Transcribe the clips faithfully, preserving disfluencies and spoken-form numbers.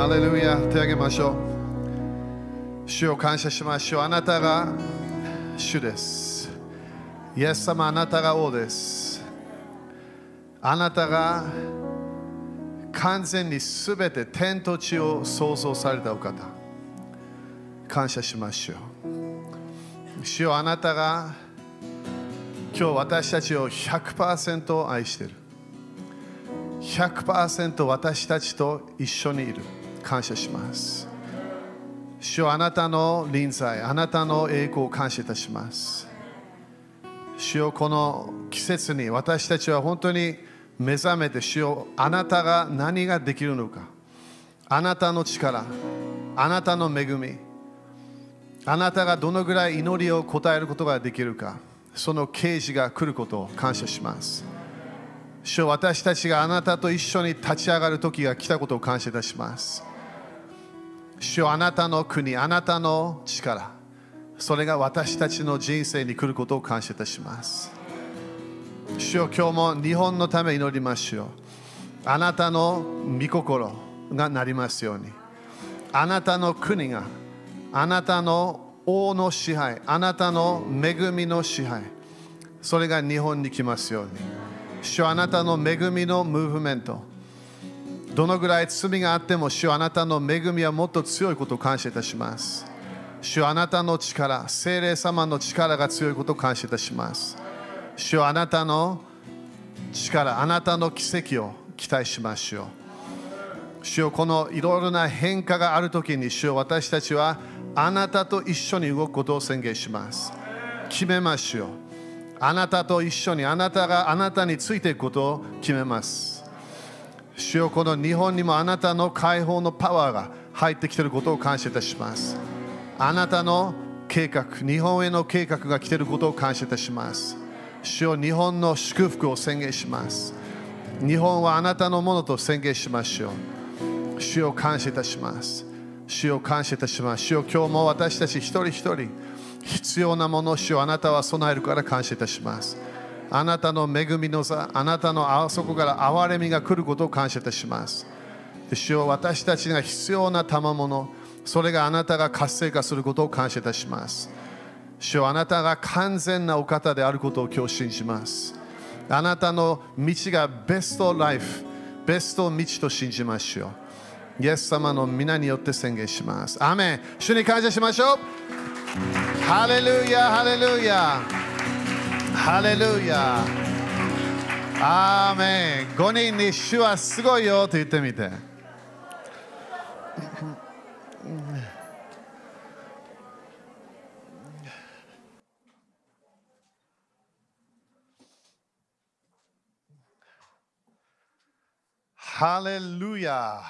ハレルヤ、手を挙げましょう。主を感謝しましょう。あなたが主です。イエス様、あなたが王です。あなたが完全にすべて天と地を創造されたお方。感謝しましょう。主よ、あなたが今日私たちを ひゃくパーセント 愛している。ひゃくパーセント 私たちと一緒にいる。感謝します。主よ、あなたの臨在、あなたの栄光を感謝いたします。主よ、この季節に私たちは本当に目覚めて、主よ、あなたが何ができるのか、あなたの力、あなたの恵み、あなたがどのぐらい祈りを応えることができるか、その啓示が来ることを感謝します。主よ、私たちがあなたと一緒に立ち上がる時が来たことを感謝いたします。主よ、あなたの国、あなたの力、それが私たちの人生に来ることを感謝いたします。主よ、今日も日本のため祈りましょう。あなたの御心がなりますように。あなたの国が、あなたの王の支配、あなたの恵みの支配、それが日本に来ますように。主よ、あなたの恵みのムーブメント、どのぐらい罪があっても、主よ、あなたの恵みはもっと強いことを感謝いたします。主よ、あなたの力、聖霊様の力が強いことを感謝いたします。主よ、あなたの力、あなたの奇跡を期待しましょう。主よ、このいろいろな変化があるときに、主よ、私たちはあなたと一緒に動くことを宣言します。決めましょう。あなたと一緒に、あなたがあなたについていくことを決めます。主よ、この日本にもあなたの解放のパワーが入ってきていることを感謝いたします。あなたの計画、日本への計画が来ていることを感謝いたします。主よ、日本の祝福を宣言します。日本はあなたのものと宣言しましょう。主よ、感謝いたします。主よ、感謝いたします。主よ、今日も私たち一人一人必要なものを、主よ、あなたは備えるから感謝いたします。あなたの恵みの座、あなたのあそこから憐れみが来ることを感謝いたします。主よ、私たちが必要な賜物、それがあなたが活性化することを感謝いたします。主よ、あなたが完全なお方であることを今日信じます。あなたの道がベストライフ、ベスト道と信じましょう。イエス様の皆によって宣言します。アーメン。主に感謝しましょう。ハレルヤ、ハレルヤ。ハレルヤ。アーメン。ごにんに主はすごいよと言ってみて。ハレルヤ。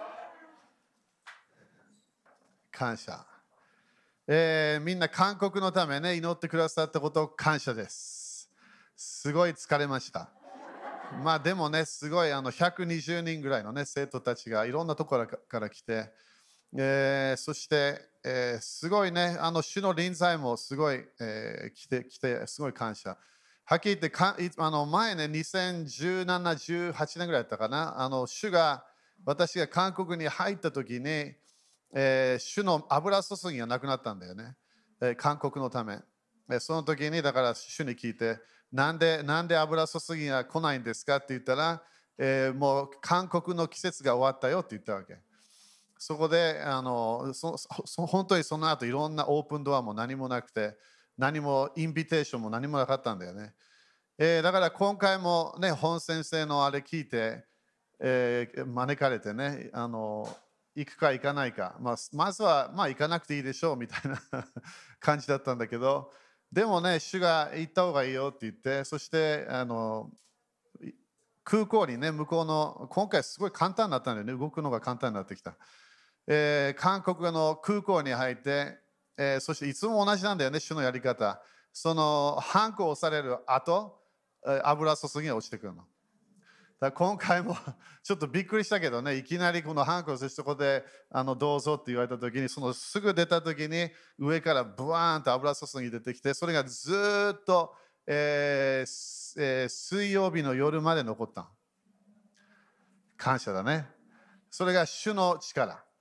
感謝。えー、みんな韓国のためね、祈ってくださったことを感謝です。すごい疲れました。まあでもね、すごいあのひゃくにじゅうにんぐらいの、ね、生徒たちがいろんなところから来て、えー、そして、えー、すごいね、あの主の臨在もすごい、えー、来て、来て、すごい感謝。はっきり言ってかあの前ね、にせんじゅうなな、じゅうはちねんぐらいだったかな、あの主が、私が韓国に入った時に、えー、主の油注ぎがなくなったんだよね、えー、韓国のため。えー、その時にだから主に聞いて、なんでなんで油注ぎが来ないんですかって言ったら、えー、もう韓国の季節が終わったよって言ったわけ。そこであのそそ本当にその後いろんなオープンドアも何もなくて、何もインビテーションも何もなかったんだよね。えー、だから今回もね、本先生のあれ聞いて、えー、招かれてね、あの行くか行かないか、まあ、まずはまあ行かなくていいでしょうみたいな感じだったんだけど、でもね、主が行った方がいいよって言って、そしてあの空港にね、向こうの、今回すごい簡単になったんだよね、動くのが簡単になってきた。えー、韓国の空港に入って、えー、そしていつも同じなんだよね、主のやり方。そのハンコを押される後、油注ぎが落ちてくるの。だ今回もちょっとびっくりしたけどね、いきなりこのハンコを押してそこであのどうぞって言われた時に、そのすぐ出た時に上からブワーンと油注ぎ出てきて、それがずっと、えーえー、水曜日の夜まで残った。感謝だね。それが主の力。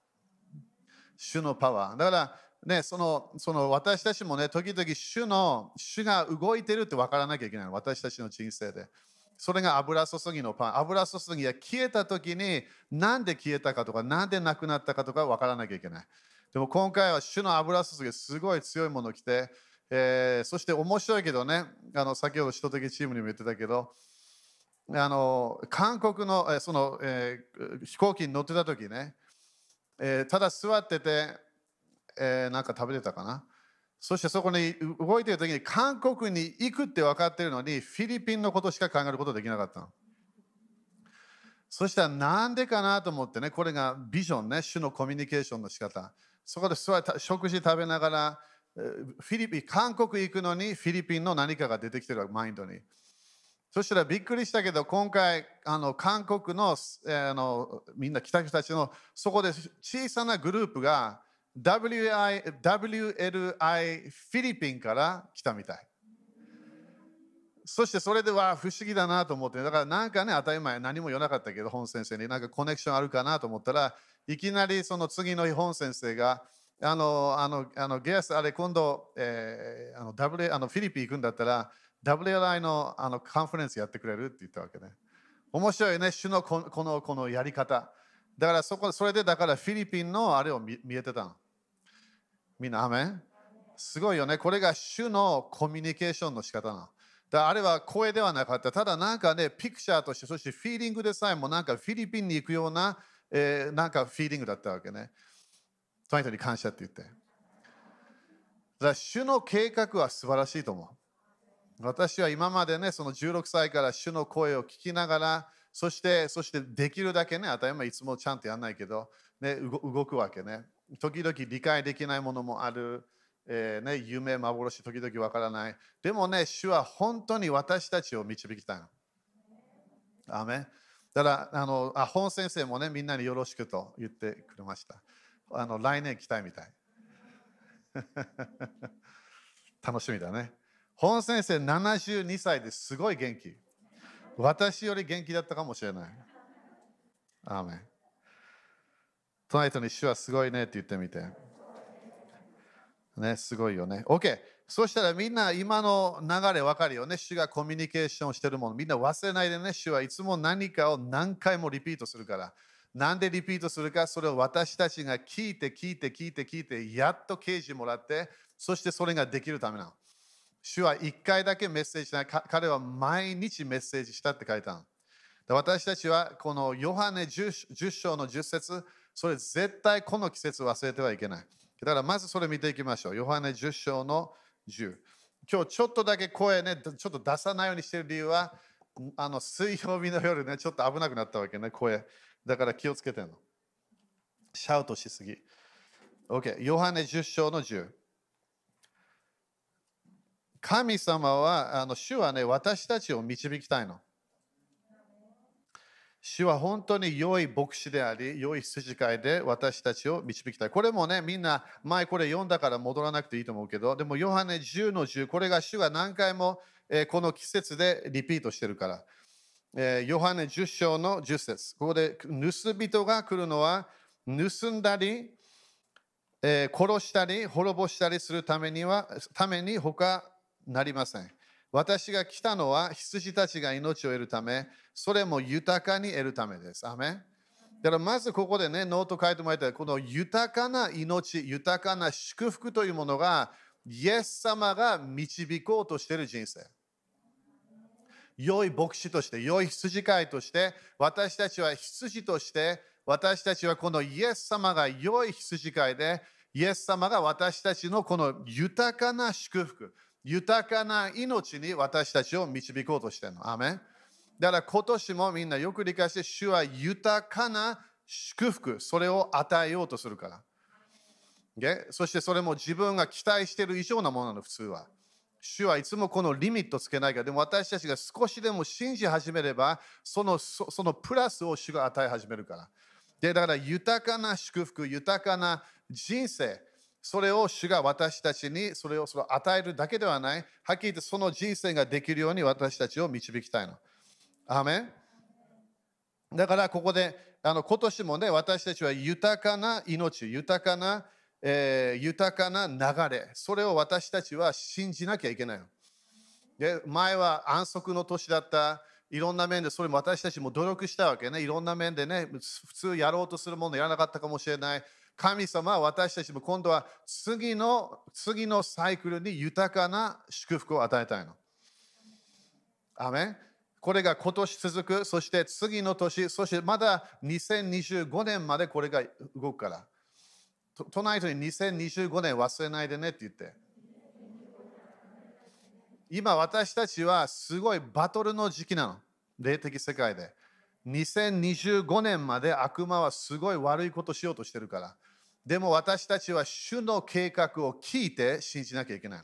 主のパワー。だからね、そのその私たちもね、時々主の主が動いてるって分からなきゃいけないの。私たちの人生で。それが油注ぎのパワー。油注ぎが消えた時に、なんで消えたかとか、なんでなくなったかとか分からなきゃいけない。でも今回は主の油注ぎすごい強いものが来て、えー、そして面白いけどね、あの先ほど人的チームにも言ってたけど、あの韓国の、えーそのえー飛行機に乗ってた時ね、えーただ座ってて、えーなんか食べてたかな。そしてそこに動いている時に韓国に行くって分かっているのにフィリピンのことしか考えることできなかったの。そしたらなんでかなと思ってね、これがビジョンね、主のコミュニケーションの仕方。そこで座って食事食べながら、えーフィリピン、韓国行くのにフィリピンの何かが出てきてるマインドに。そしたらびっくりしたけど、今回、あの韓国の、えーあのみんな来た人たちの、そこで小さなグループが ダブリューアイ ダブリューエルアイ フィリピンから来たみたい。そしてそれでは不思議だなと思って、だからなんかね、当たり前、何も言わなかったけど、本先生になんかコネクションあるかなと思ったら、いきなりその次の日、本先生が、あの、あの、あのゲアス、あれ今度、えーあの W あのフィリピン行くんだったら、ダブリューエルアイ のあのカンファレンスやってくれるって言ったわけね。面白いね、主のここのこのやり方。だからそこ、それでだからフィリピンのあれを見見えてたの。みんな、アメンすごいよね。これが主のコミュニケーションの仕方なの。だあれは声ではなかった。ただなんかね、ピクチャーとして、そしてフィーリングでさえもなんかフィリピンに行くような、えーなんかフィーリングだったわけね。その人に感謝って言って。だから主の計画は素晴らしいと思う。私は今までね、そのじゅうろくさいから主の声を聞きながら、そして、そしてできるだけね、当たり前いつもちゃんとやらないけど、ね、動動くわけね。時々理解できないものもある。えーね、夢、幻、時々わからない。でもね、主は本当に私たちを導きたいの。アーメンだから、あの、あ本先生もね、みんなによろしくと言ってくれました。あの来年来たいみたい。楽しみだね。本先生ななじゅうにさいですごい元気。私より元気だったかもしれない。アーメン隣人に主はすごいねって言ってみて。ね、すごいよね。OK。そしたらみんな今の流れ分かるよね。主がコミュニケーションしてるもの。みんな忘れないでね。主はいつも何かを何回もリピートするから。なんでリピートするか、それを私たちが聞いて聞いて聞いて聞いて、やっと啓示もらって、そしてそれができるためなの。主はいっかいだけメッセージしない。彼は毎日メッセージしたって書いたの。私たちはこのヨハネ 10, 10章のじゅっ節、それ絶対この季節忘れてはいけない。だからまずそれ見ていきましょう。ヨハネじゅっ章のじゅう。今日ちょっとだけ声ね、ちょっと出さないようにしている理由は、あの水曜日の夜ね、ちょっと危なくなったわけね、声。だから気をつけてんの。シャウトしすぎ。OK。ヨハネじゅっ章のじゅう。神様は、あの主はね、私たちを導きたいの。主は本当に良い牧師であり、良い筋飼いで私たちを導きたい。これもね、みんな前これ読んだから戻らなくていいと思うけど、でもヨハネじゅうのじゅう、これが主が何回も、えーこの季節でリピートしてるから。えーヨハネじゅっ章のじゅっ節。ここで盗人が来るのは盗んだり、えー殺したり、滅ぼしたりするためには、ために他なりません。私が来たのは羊たちが命を得るため、それも豊かに得るためです。アメンだからまずここでね、ノート書いてもらいたい。この豊かな命、豊かな祝福というものが、イエス様が導こうとしている人生。良い牧師として、良い羊飼いとして、私たちは羊として、私たちはこのイエス様が良い羊飼いで、イエス様が私たちのこの豊かな祝福、豊かな命に私たちを導こうとしているの。アーメンだから今年もみんなよく理解して、主は豊かな祝福、それを与えようとするから。Okay? そしてそれも自分が期待している以上なものなの、普通は。主はいつもこのリミットつけないから、でも私たちが少しでも信じ始めれば、そのそそのプラスを主が与え始めるから。でだから豊かな祝福、豊かな人生、それを主が私たちにそれをそれを与えるだけではない、はっきり言ってその人生ができるように私たちを導きたいの。アーメンだからここであの今年もね、私たちは豊かな命、豊かな、えー豊かな流れ、それを私たちは信じなきゃいけないの。で、前は安息の年だった。いろんな面で、それも私たちも努力したわけね。いろんな面でね、普通やろうとするものやらなかったかもしれない。神様は私たちも今度は次の次のサイクルに豊かな祝福を与えたいの。アメン。これが今年続く、そして次の年、そしてまだにせんにじゅうごねんまでこれが動くから。と隣人ににせんにじゅうごねん忘れないでねって言って。今私たちはすごいバトルの時期なの。霊的世界で。にせんにじゅうごねんまで悪魔はすごい悪いことしようとしてるから。でも私たちは主の計画を聞いて信じなきゃいけない。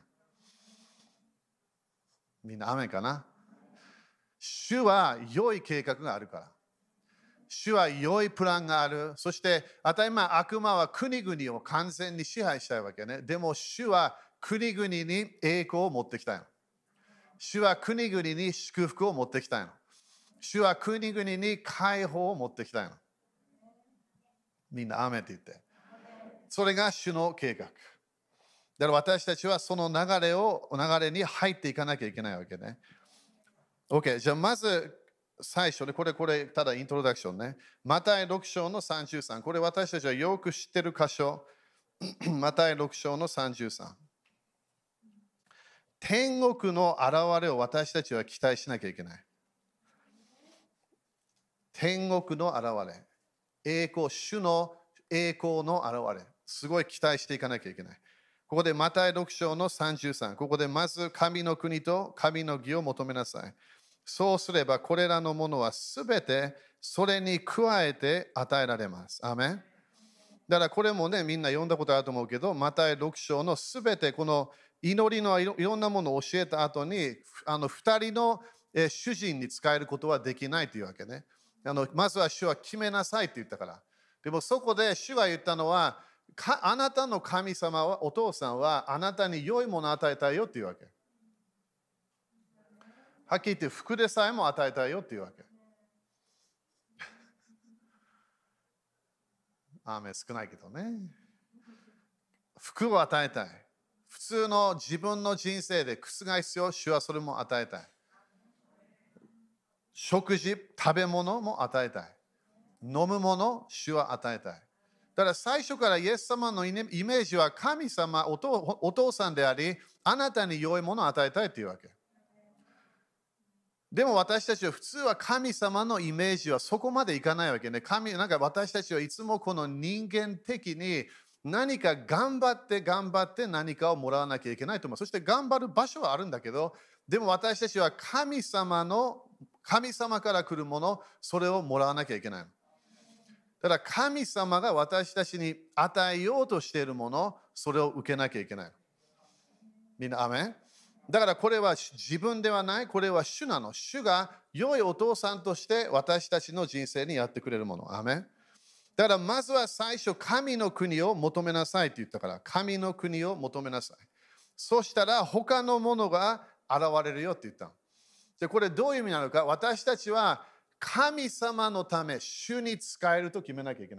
みんなアメンかな？主は良い計画があるから。主は良いプランがある。そして当たり前悪魔は国々を完全に支配したいわけね。でも主は国々に栄光を持ってきたいの。主は国々に祝福を持ってきたいの。主は国々に解放を持ってきたいの。みんなアーメンって言って。それが主の計画。だから私たちはその流れを、流れに入っていかなきゃいけないわけね。OK、じゃあまず最初で、これこれただイントロダクションね。マタイろく章のさんじゅうさん。これ私たちはよく知ってる箇所。マタイろく章のさんじゅうさん。天国の現れを私たちは期待しなきゃいけない。天国の現れ。栄光、主の栄光の現れ。すごい期待していかなきゃいけない。ここでマタイろく章のさんじゅうさん。ここでまず神の国と神の義を求めなさい。そうすればこれらのものはすべてそれに加えて与えられます。アーメン。だからこれもね、みんな読んだことあると思うけど、マタイろく章のすべてこの祈りのいろいろんなものを教えた後に、あのふたりのえ主人に使えることはできないというわけね。あのまずは主は決めなさいって言ったから。でもそこで主が言ったのは、かあなたの神様は、お父さんはあなたに良いものを与えたいよっていうわけ。はっきり言って服でさえも与えたいよっていうわけ。アーメン少ないけどね。服を与えたい。普通の自分の人生で覆すよ、主はそれも与えたい。食事、食べ物も与えたい。飲むもの、主は与えたい。だから最初からイエス様のイメージは神様、お父、お父さんであり、あなたに良いものを与えたいというわけ。でも私たちは普通は神様のイメージはそこまでいかないわけね。神、なんか私たちはいつもこの人間的に何か頑張って頑張って何かをもらわなきゃいけないと思う。そして頑張る場所はあるんだけど、でも私たちは神様の、神様から来るもの、それをもらわなきゃいけない。だから神様が私たちに与えようとしているもの、それを受けなきゃいけない。みんな、アメン。だからこれは自分ではない、これは主なの。主が良いお父さんとして私たちの人生にやってくれるもの。アメン。だからまずは最初、神の国を求めなさいって言ったから、神の国を求めなさい。そしたら他のものが現れるよって言ったの。で、これどういう意味なのか、私たちは神様のため、主に使えると決めなきゃいけない。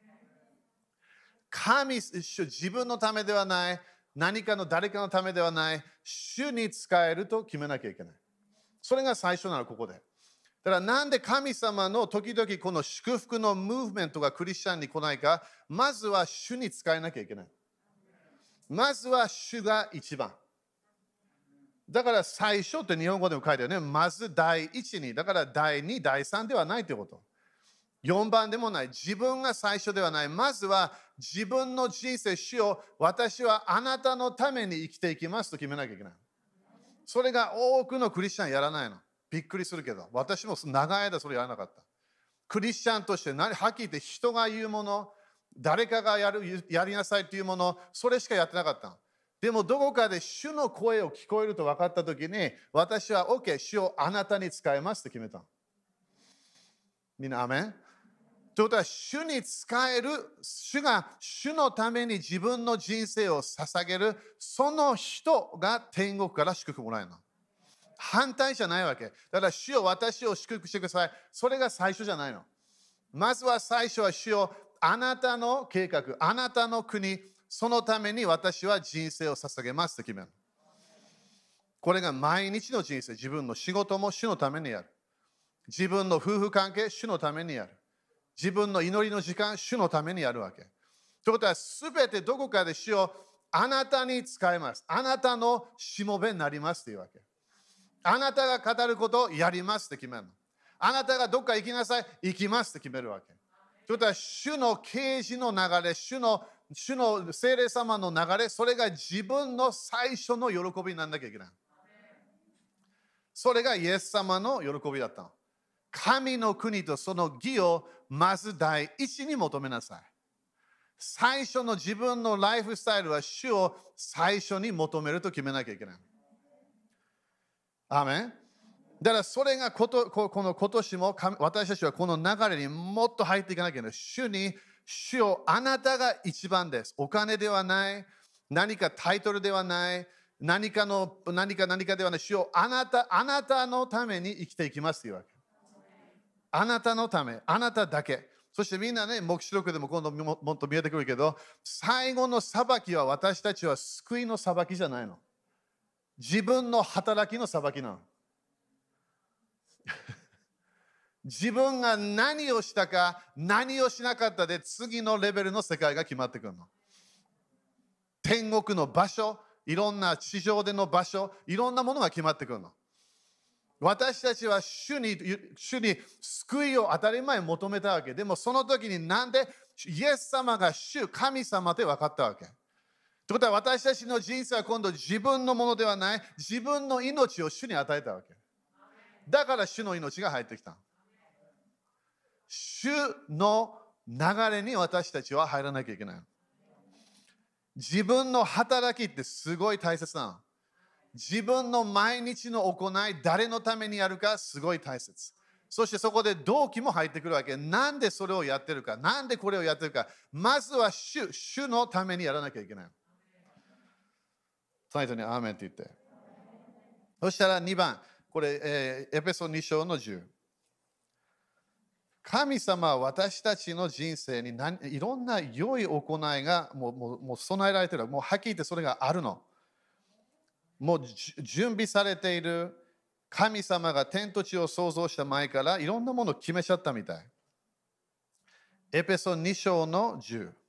神、主、自分のためではない、何かの誰かのためではない、主に使えると決めなきゃいけない。それが最初なの、ここで。だからなんで神様の時々この祝福のムーブメントがクリスチャンに来ないか、まずは主に使えなきゃいけない。まずは主が一番。だから最初って日本語でも書いてあるね。まず第一に。だから第二、第三ではないということ。よんばんでもない。自分が最初ではない。まずは自分の人生、主を私はあなたのために生きていきますと決めなきゃいけない。それが多くのクリスチャンやらないの。びっくりするけど。私も長い間それやらなかった。クリスチャンとして何、はっきり言って人が言うもの、誰かがやる、やりなさいというもの、それしかやってなかったの。でもどこかで主の声を聞こえると分かったときに、私は OK、主をあなたに使いますと決めたの。みんな、アメン。ということは、主に使える、主が主のために自分の人生を捧げる、その人が天国から祝福もらえるの。反対じゃないわけ。だから、主よ私を祝福してください。それが最初じゃないの。 まずは最初は主よ、あなたの計画、あなたの国、そのために私は人生を捧げますと決める。これが毎日の人生、自分の仕事も主のためにやる。自分の夫婦関係、主のためにやる。自分の祈りの時間、主のためにやるわけ。ということは、すべてどこかで主をあなたに使います。あなたのしもべになりますというわけ。あなたが語ることをやりますって決めるの。あなたがどっか行きなさい、行きますって決めるわけ。ということは、主の啓示の流れ、主の主の聖霊様の流れ、それが自分の最初の喜びにならなきゃいけない。それがイエス様の喜びだったの。神の国とその義をまず第一に求めなさい。最初の自分のライフスタイルは主を最初に求めると決めなきゃいけない。アーメン。だからそれがこと、この今年も私たちはこの流れにもっと入っていかなきゃいけない。主に、主よ、あなたが一番です。お金ではない、何かタイトルではない、何かの何か何かではない。主よ、あなた、あなたのために生きていきますというわけ。あなたのため、あなただけ。そしてみんなね、黙示録でも今度ももっと見えてくるけど、最後の裁きは私たちは救いの裁きじゃないの。自分の働きの裁きなの。自分が何をしたか、何をしなかったで次のレベルの世界が決まってくるの。天国の場所、いろんな地上での場所、いろんなものが決まってくるの。私たちは主に、主に救いを当たり前求めたわけ。でもその時になんでイエス様が主、神様で分かったわけ。ということは私たちの人生は今度自分のものではない、自分の命を主に与えたわけ。だから主の命が入ってきた。主の流れに私たちは入らなきゃいけない。自分の働きってすごい大切なの。自分の毎日の行い、誰のためにやるかすごい大切。そしてそこで動機も入ってくるわけ。なんでそれをやってるか、なんでこれをやってるか。まずは主、主のためにやらなきゃいけない。最初にアーメンって言って。そしたらにばん、これ、えー、エペソに章のじゅう。神様は私たちの人生に何いろんな良い行いがもうもうもう備えられている。もうはっきり言ってそれがあるの。もう準備されている。神様が天と地を創造した前からいろんなものを決めちゃったみたい。エペソに章のじゅう。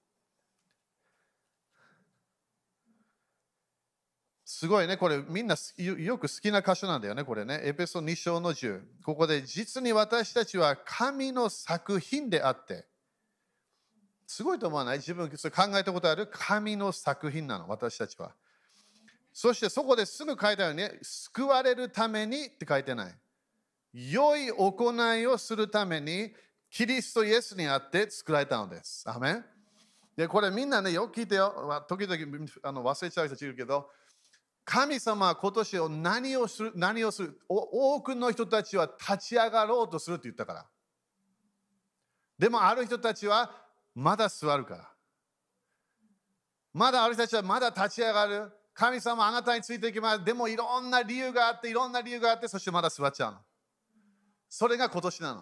すごいね、これみんなよく好きな箇所なんだよね、これね。エペソに章のじゅう。ここで実に私たちは神の作品であって、すごいと思わない？自分それ考えたことある？神の作品なの、私たちは。そしてそこですぐ書いてあるね、救われるためにって書いてない。良い行いをするために、キリストイエスにあって作られたのです。アメン。で、これみんなね、よく聞いてよ。時々あの忘れちゃう人いるけど、神様は今年を何をする、何をする。多くの人たちは立ち上がろうとするって言ったから。でもある人たちはまだ座るから。まだある人たちはまだ立ち上がる。神様あなたについていきます。でもいろんな理由があって、いろんな理由があって、そしてまだ座っちゃうの。それが今年なの。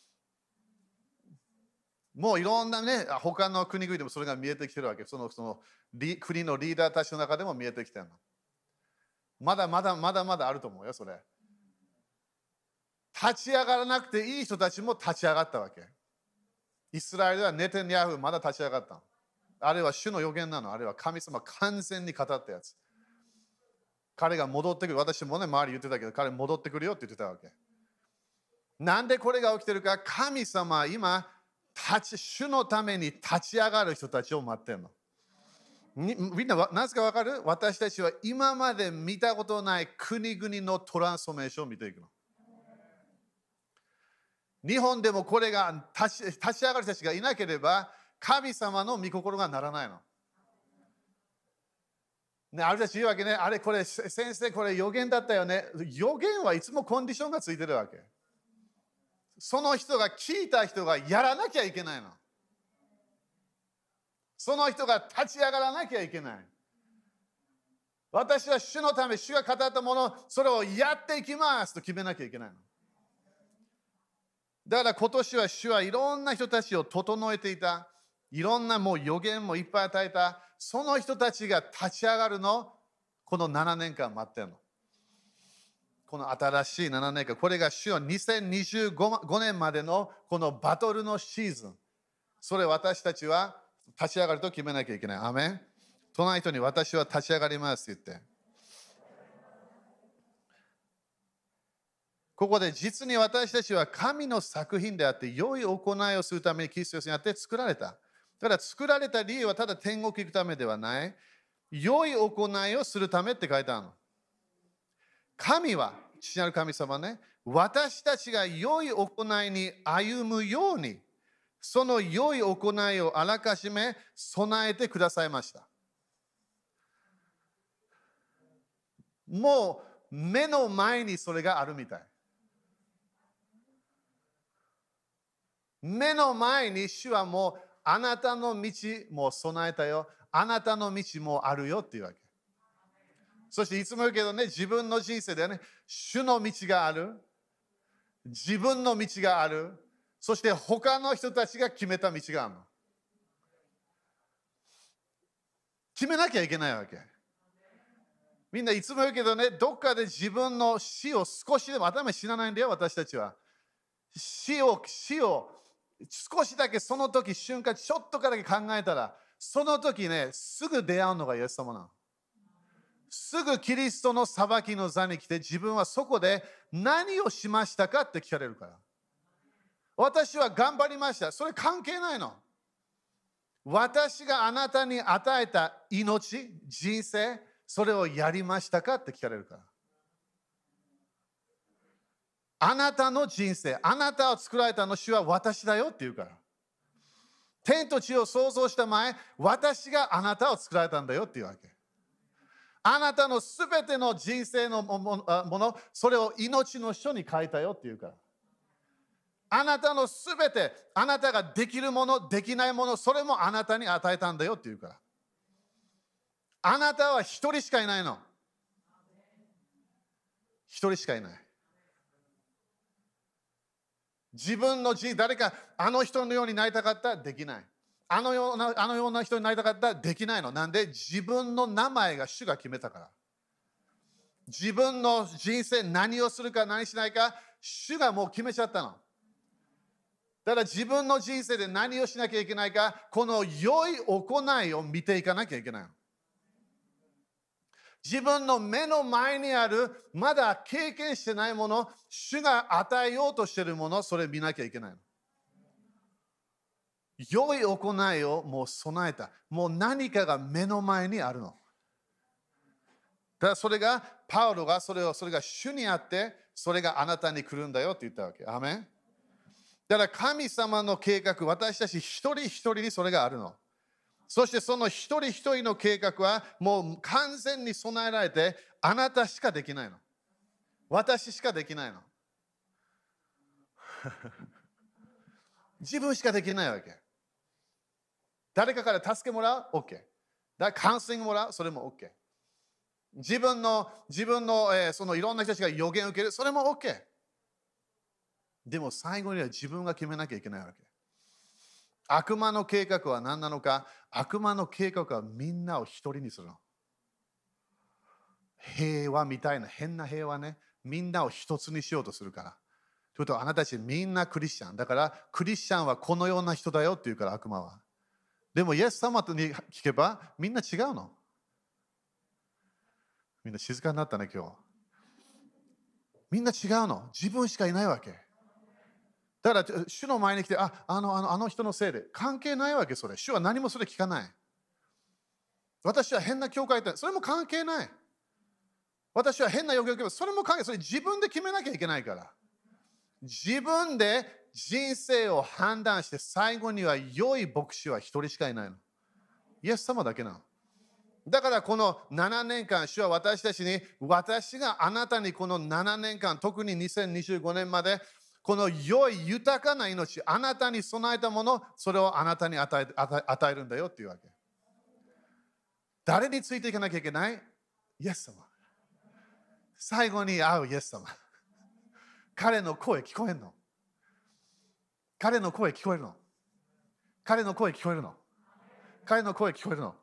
もういろんなね、他の国々でもそれが見えてきてるわけ。そのその国のリーダーたちの中でも見えてきてるの。まだまだまだまだあると思うよ、それ。立ち上がらなくていい人たちも立ち上がったわけ。イスラエルはネテニヤフまだ立ち上がったの。あれは主の予言なの。あれは神様完全に語ったやつ。彼が戻ってくる。私もね、周り言ってたけど、彼戻ってくるよって言ってたわけ。なんでこれが起きてるか、神様は今、立ち主のために立ち上がる人たちを待ってるの。みんな、なぜかわかる？私たちは今まで見たことない国々のトランスフォーメーションを見ていくの。日本でもこれが立ち、立ち上がる人たちがいなければ、神様の御心がならないの。ね、ある人たち言うわけね、あれこれ先生これ予言だったよね。予言はいつもコンディションがついてるわけ。その人が聞いた人がやらなきゃいけないの。その人が立ち上がらなきゃいけない。私は主のため、主が語ったもの、それをやっていきますと決めなきゃいけないの。 だから今年は主はいろんな人たちを整えていた。いろんなもう予言もいっぱい与えた。その人たちが立ち上がるの、このななねんかん待ってるの。この新しいななねんかん。これが主はにせんにじゅうごねんまでのこのバトルのシーズン。それ私たちは立ち上がると決めなきゃいけない。アメン。隣の人に私は立ち上がりますって言って。ここで実に私たちは神の作品であって、良い行いをするためにキリストにあって作られた。ただ作られた理由はただ天国行くためではない。良い行いをするためって書いてあるの。神は、父なる神様ね、私たちが良い行いに歩むように、その良い行いをあらかじめ備えてくださいました。もう目の前にそれがあるみたい。目の前に主はもうあなたの道も備えたよ。あなたの道もあるよっていうわけ。そしていつも言うけどね、自分の人生でね、主の道がある。自分の道がある。そして他の人たちが決めた道があるの。決めなきゃいけないわけ。みんないつも言うけどね、どっかで自分の死を少しでも頭に死なないんだよ、私たちは。死を、死を少しだけその時、瞬間、ちょっとからだけ考えたら、その時ね、すぐ出会うのがイエス様なの。すぐキリストの裁きの座に来て、自分はそこで何をしましたかって聞かれるから。私は頑張りました。それ関係ないの。私があなたに与えた命、人生、それをやりましたかって聞かれるから。あなたの人生、あなたを作られたの主は私だよって言うから。天と地を創造した前、私があなたを作られたんだよっていうわけ。あなたのすべての人生のもの、それを命の書に書いたよって言うから。あなたのすべて、あなたができるもの、できないもの、それもあなたに与えたんだよって言うから。あなたは一人しかいないの。一人しかいない。自分の人、誰かあの人のようになりたかったらできない。あのような、あのような人になりたかったらできないの。なんで自分の名前が主が決めたから。自分の人生何をするか何しないか、主がもう決めちゃったの。だから自分の人生で何をしなきゃいけないか、この良い行いを見ていかなきゃいけないの。自分の目の前にある、まだ経験してないもの、主が与えようとしているもの、それ見なきゃいけないの。良い行いをもう備えた。もう何かが目の前にあるの。だからそれが、パウロがそれを、それが主にあって、それがあなたに来るんだよって言ったわけ。アメン。だから神様の計画、私たち一人一人にそれがあるの。そしてその一人一人の計画はもう完全に備えられて、あなたしかできないの。私しかできないの。自分しかできないわけ。誰かから助けもらう ?OK。だからカウンセリングもらうそれも OK。自分の、自分の、えー、そのいろんな人たちが予言を受けるそれも OK。でも最後には自分が決めなきゃいけないわけ。悪魔の計画は何なのか。悪魔の計画はみんなを一人にするの。平和みたいな変な平和ね。みんなを一つにしようとするから。ということはあなたたちみんなクリスチャン。だからクリスチャンはこのような人だよって言うから悪魔は。でもイエス様に聞けばみんな違うの。みんな静かになったね今日。みんな違うの。自分しかいないわけ。だから主の前に来て、あ、あの、あの、あの人のせいで関係ないわけそれ。主は何もそれ聞かない。私は変な教会って、それも関係ない。私は変な予言を受ける。それも関係ない。それ自分で決めなきゃいけないから。自分で人生を判断して最後には良い牧師は一人しかいないの。イエス様だけなの。だからこのななねんかん、主は私たちに、私があなたにこのななねんかん、特ににせんにじゅうごねんまで、この良い豊かな命、あなたに備えたもの、それをあなたに与え、与え、与えるんだよっていうわけ。誰についていかなきゃいけない？イエス様。最後に会うイエス様。彼の声聞こえんの。 彼の声聞こえるの。彼の声聞こえるの。彼の声聞こえるの。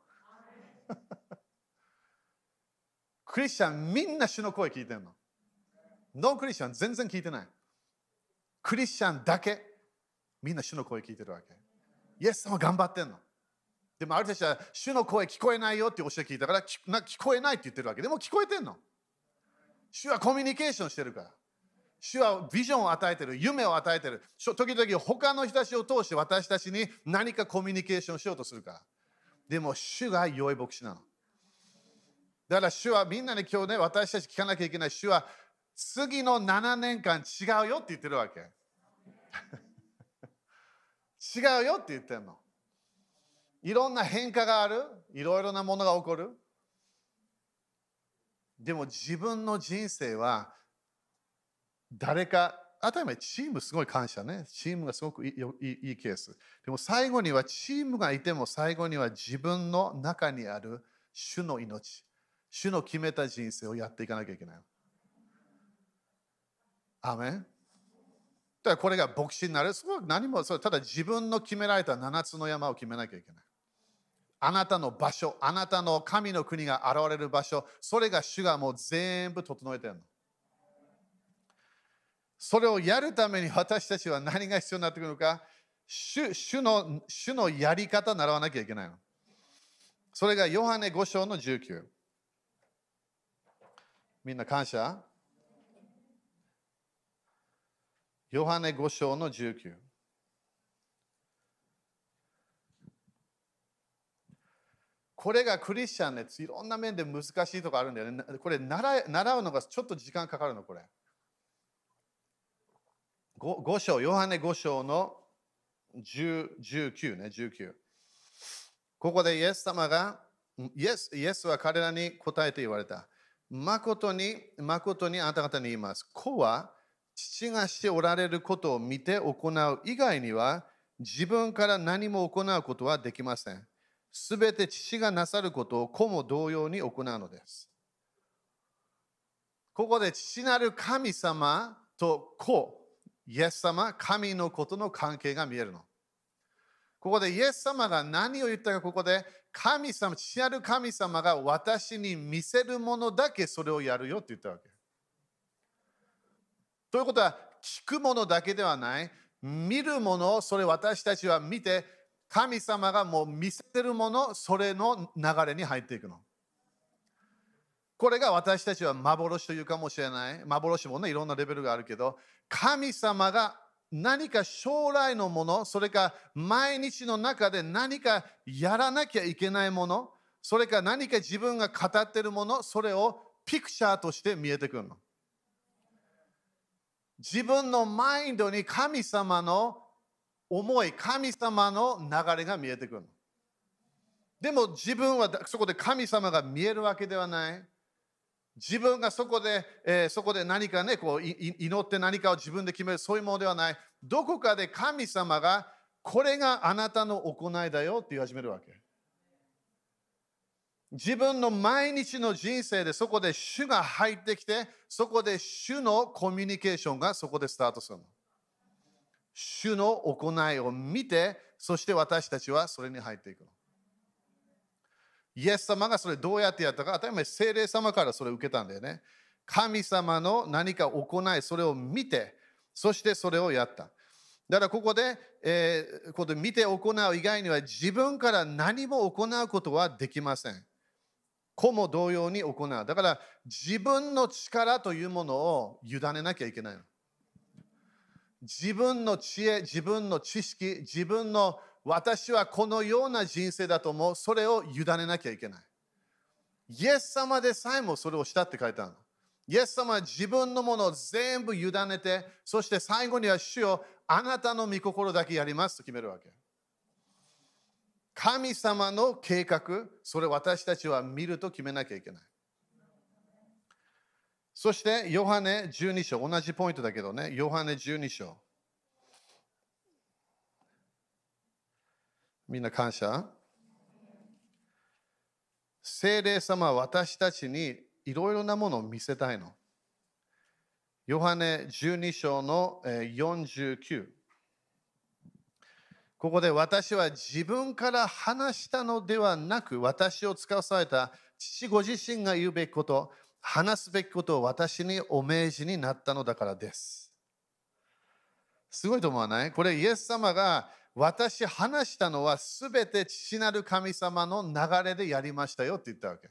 クリスチャンみんな主の声聞いてるの。ノンクリスチャン全然聞いてない。クリスチャンだけみんな主の声聞いてるわけ。イエス様頑張ってんの。でもある人たちは主の声聞こえないよって教え聞いたから聞な聞こえないって言ってるわけ。でも聞こえてんの。主はコミュニケーションしてるから。主はビジョンを与えてる、夢を与えてる。時々他の人たちを通して私たちに何かコミュニケーションしようとするから。でも主が良い牧師なの。だから主はみんなに今日ね、私たち聞かなきゃいけない。主は次のななねんかん違うよって言ってるわけ。違うよって言ってるの。いろんな変化がある。いろいろなものが起こる。でも自分の人生は誰か、当たり前、チームすごい感謝ね。チームがすごくいいいいいいケース。でも最後にはチームがいても最後には自分の中にある主の命、主の決めた人生をやっていかなきゃいけない。アメン。だからこれが牧師になる。それは何もそれただ自分の決められたななつの山を決めなきゃいけない。あなたの場所、あなたの神の国が現れる場所、それが主がもう全部整えてるの。それをやるために私たちは何が必要になってくるのか、主、主の、主のやり方を習わなきゃいけないの。それがヨハネご章のじゅうきゅう。みんな感謝？ヨハネご章のじゅうきゅう。これがクリスチャンね、いろんな面で難しいところあるんだよね。これ習習うのがちょっと時間かかるの、これ。ご章、ヨハネご章のじゅう、じゅうきゅうね、じゅうきゅう。ここでイエス様が、イエス、イエスは彼らに答えて言われた。誠に、誠にあなた方に言います。子は父がしておられることを見て行う以外には、自分から何も行うことはできません。すべて父がなさることを子も同様に行うのです。ここで父なる神様と子、イエス様、神のことの関係が見えるの。ここでイエス様が何を言ったか、ここで神様、父なる神様が私に見せるものだけそれをやるよって言ったわけ。ということは、聞くものだけではない、見るもの、それ私たちは見て、神様がもう見せてるもの、それの流れに入っていくの。これが私たちは幻というかもしれない。幻もね、いろんなレベルがあるけど、神様が何か将来のもの、それか毎日の中で何かやらなきゃいけないもの、それか何か自分が語っているもの、それをピクチャーとして見えてくるの。自分のマインドに神様の思い、神様の流れが見えてくるの。でも自分はそこで神様が見えるわけではない。自分がそこで、えー、そこで何かね、こう祈って何かを自分で決める、そういうものではない。どこかで神様が、これがあなたの行いだよって言い始めるわけ。自分の毎日の人生でそこで主が入ってきて、そこで主のコミュニケーションがそこでスタートするの。主の行いを見て、そして私たちはそれに入っていくの。イエス様がそれどうやってやったか、当たり前聖霊様からそれを受けたんだよね。神様の何か行い、それを見て、そしてそれをやった。だからここで、えー、ここで見て行う以外には自分から何も行うことはできません。子も同様に行う。だから自分の力というものを委ねなきゃいけないの。自分の知恵、自分の知識、自分の私はこのような人生だと思う。それを委ねなきゃいけない。イエス様でさえもそれをしたって書いてあるの。イエス様は自分のものを全部委ねて、そして最後には主よ、あなたの御心だけやりますと決めるわけ。神様の計画、それを私たちは見ると決めなきゃいけない。そして、ヨハネじゅうに章、同じポイントだけどね、ヨハネじゅうに章。みんな感謝。聖霊様は私たちにいろいろなものを見せたいの。ヨハネじゅうに章のよんじゅうきゅう。 ここで私は自分から話したのではなく、私を使わされた父ご自身が言うべきこと、話すべきことを私にお命じになったのだからです。すごいと思わない？これイエス様が私話したのはすべて父なる神様の流れでやりましたよって言ったわけ。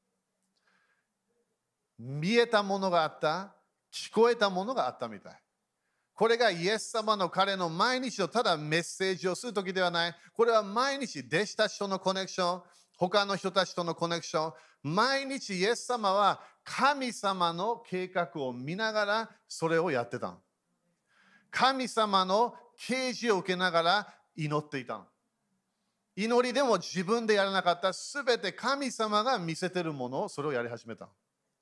見えたものがあった、聞こえたものがあったみたい。これがイエス様の彼の毎日のただメッセージをするときではない。これは毎日弟子たちとのコネクション、他の人たちとのコネクション、毎日イエス様は神様の計画を見ながらそれをやってたの。神様の啓示を受けながら祈っていたの。祈りでも自分でやらなかった、すべて神様が見せているものをそれをやり始めたの。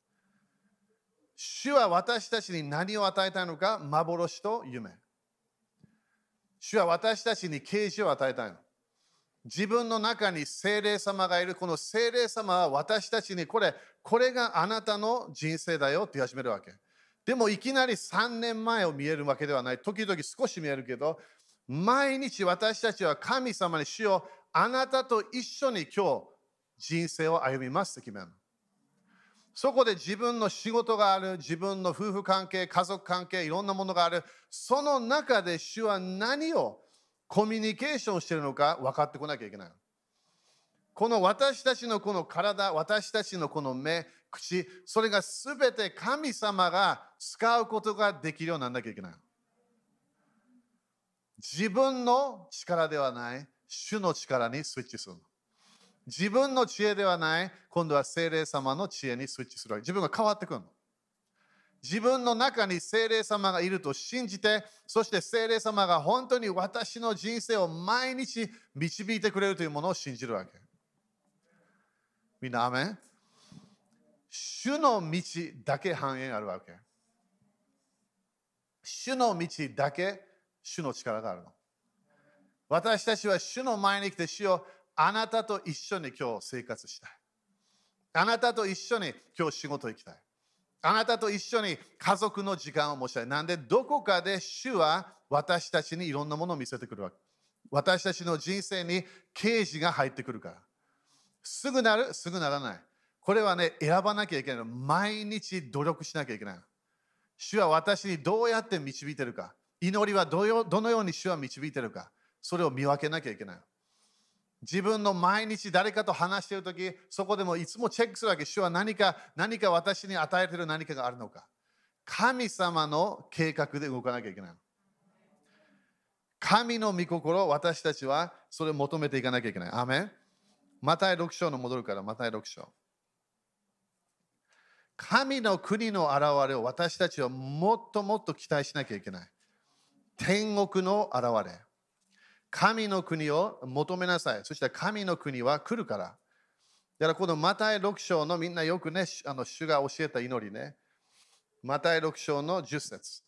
主は私たちに何を与えたのか、幻と夢。主は私たちに啓示を与えたの。自分の中に聖霊様がいる。この聖霊様は私たちにこれ、これがあなたの人生だよって言い始めるわけ。でもいきなりさんねんまえを見えるわけではない。時々少し見えるけど、毎日私たちは神様に主よ、あなたと一緒に今日人生を歩みますって決める。そこで自分の仕事がある、自分の夫婦関係、家族関係、いろんなものがある。その中で主は何をコミュニケーションしているのか分かってこなきゃいけない。この私たちのこの体、私たちのこの目、口、それがすべて神様が使うことができるようにならなきゃいけない。自分の力ではない、主の力にスイッチするの。自分の知恵ではない、今度は聖霊様の知恵にスイッチするわけ。自分が変わってくるの。自分の中に聖霊様がいると信じて、そして聖霊様が本当に私の人生を毎日導いてくれるというものを信じるわけ。みんな、アメン？主の道だけ繁栄あるわけ。主の道だけ主の力があるの。私たちは主の前に来て、主よ、あなたと一緒に今日生活したい。あなたと一緒に今日仕事行きたい。あなたと一緒に家族の時間を持ちたい。なんでどこかで主は私たちにいろんなものを見せてくるわけ。私たちの人生に啓示が入ってくるから。すぐなる、すぐならない。これはね、選ばなきゃいけない。毎日努力しなきゃいけない。主は私にどうやって導いているか。祈りはどよどのように主は導いているか。それを見分けなきゃいけない。自分の毎日誰かと話しているとき、そこでもいつもチェックするわけ。主は何か、何か私に与えている何かがあるのか。神様の計画で動かなきゃいけない。神の御心を私たちはそれを求めていかなきゃいけない。アーメン。マタイろく章の戻るから、マタイろく章。神の国の現れを私たちはもっともっと期待しなきゃいけない。天国の現れ。神の国を求めなさい。そして神の国は来るから。だからこのマタイろく章のみんなよくね、あの主が教えた祈りね。マタイろく章のじゅっ節。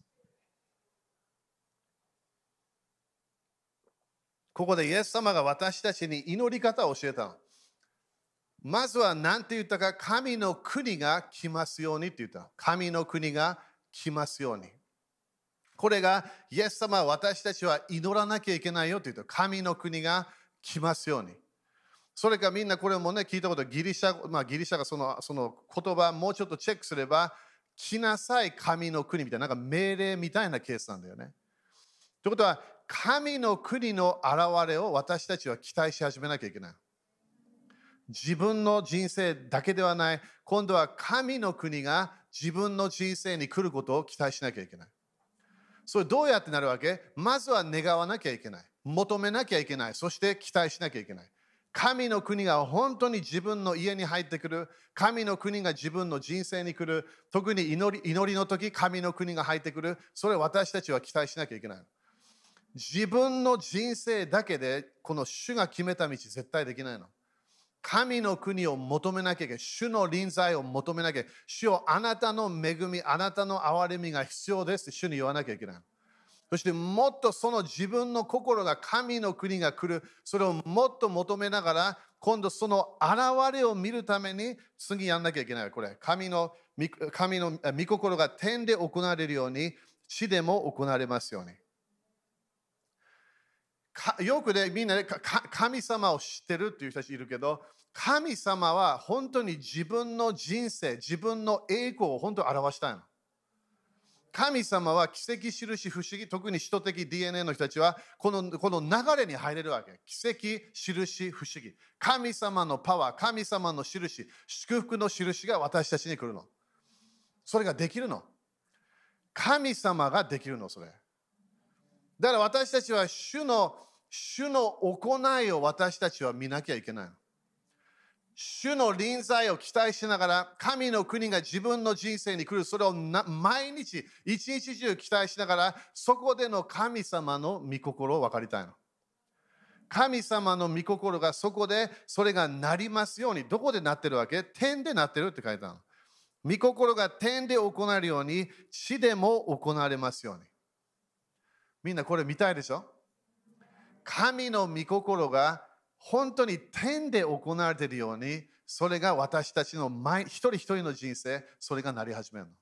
ここでイエス様が私たちに祈り方を教えたの。まずは何て言ったか、神の国が来ますようにって言った。神の国が来ますように。これが、イエス様は私たちは祈らなきゃいけないよと言うと、神の国が来ますように。それからみんなこれもね、聞いたこと、ギリシャ、まあギリシャがそのその言葉もうちょっとチェックすれば、来なさい神の国みたいな、なんか命令みたいなケースなんだよね。ということは、神の国の現れを私たちは期待し始めなきゃいけない。自分の人生だけではない、今度は神の国が自分の人生に来ることを期待しなきゃいけない。それどうやってなるわけ？まずは願わなきゃいけない。求めなきゃいけない。そして期待しなきゃいけない。神の国が本当に自分の家に入ってくる。神の国が自分の人生に来る。特に祈り、祈りの時、神の国が入ってくる。それを私たちは期待しなきゃいけない。自分の人生だけでこの主が決めた道絶対できないの。神の国を求めなきゃいけない。主の臨在を求めなきゃいけない。主よ、あなたの恵み、あなたの憐れみが必要ですって主に言わなきゃいけない。そしてもっとその自分の心が神の国が来る。それをもっと求めながら、今度その現れを見るために次やんなきゃいけない。これ、神の神の御心が天で行われるように、地でも行われますように。 かよくね、みんな、ね、か神様を知ってるっていう人たちいるけど、神様は本当に自分の人生、自分の栄光を本当に表したいの。神様は奇跡、印、不思議、特に使徒的 ディーエヌエー の人たちはこの、この流れに入れるわけ。奇跡、印、不思議。神様のパワー、神様の印、祝福の印が私たちに来るの。それができるの。神様ができるの、それ。だから私たちは主の、主の行いを私たちは見なきゃいけないの。主の臨在を期待しながら、神の国が自分の人生に来る、それを毎日、一日中期待しながら、そこでの神様の御心を分かりたいの。神様の御心がそこで、それがなりますように、どこでなってるわけ？天でなってるって書いてあるの。御心が天で行われるように、地でも行われますように。みんなこれ見たいでしょ？神の御心が本当に天で行われているように、それが私たちの毎一人一人の人生、それがなり始めるの。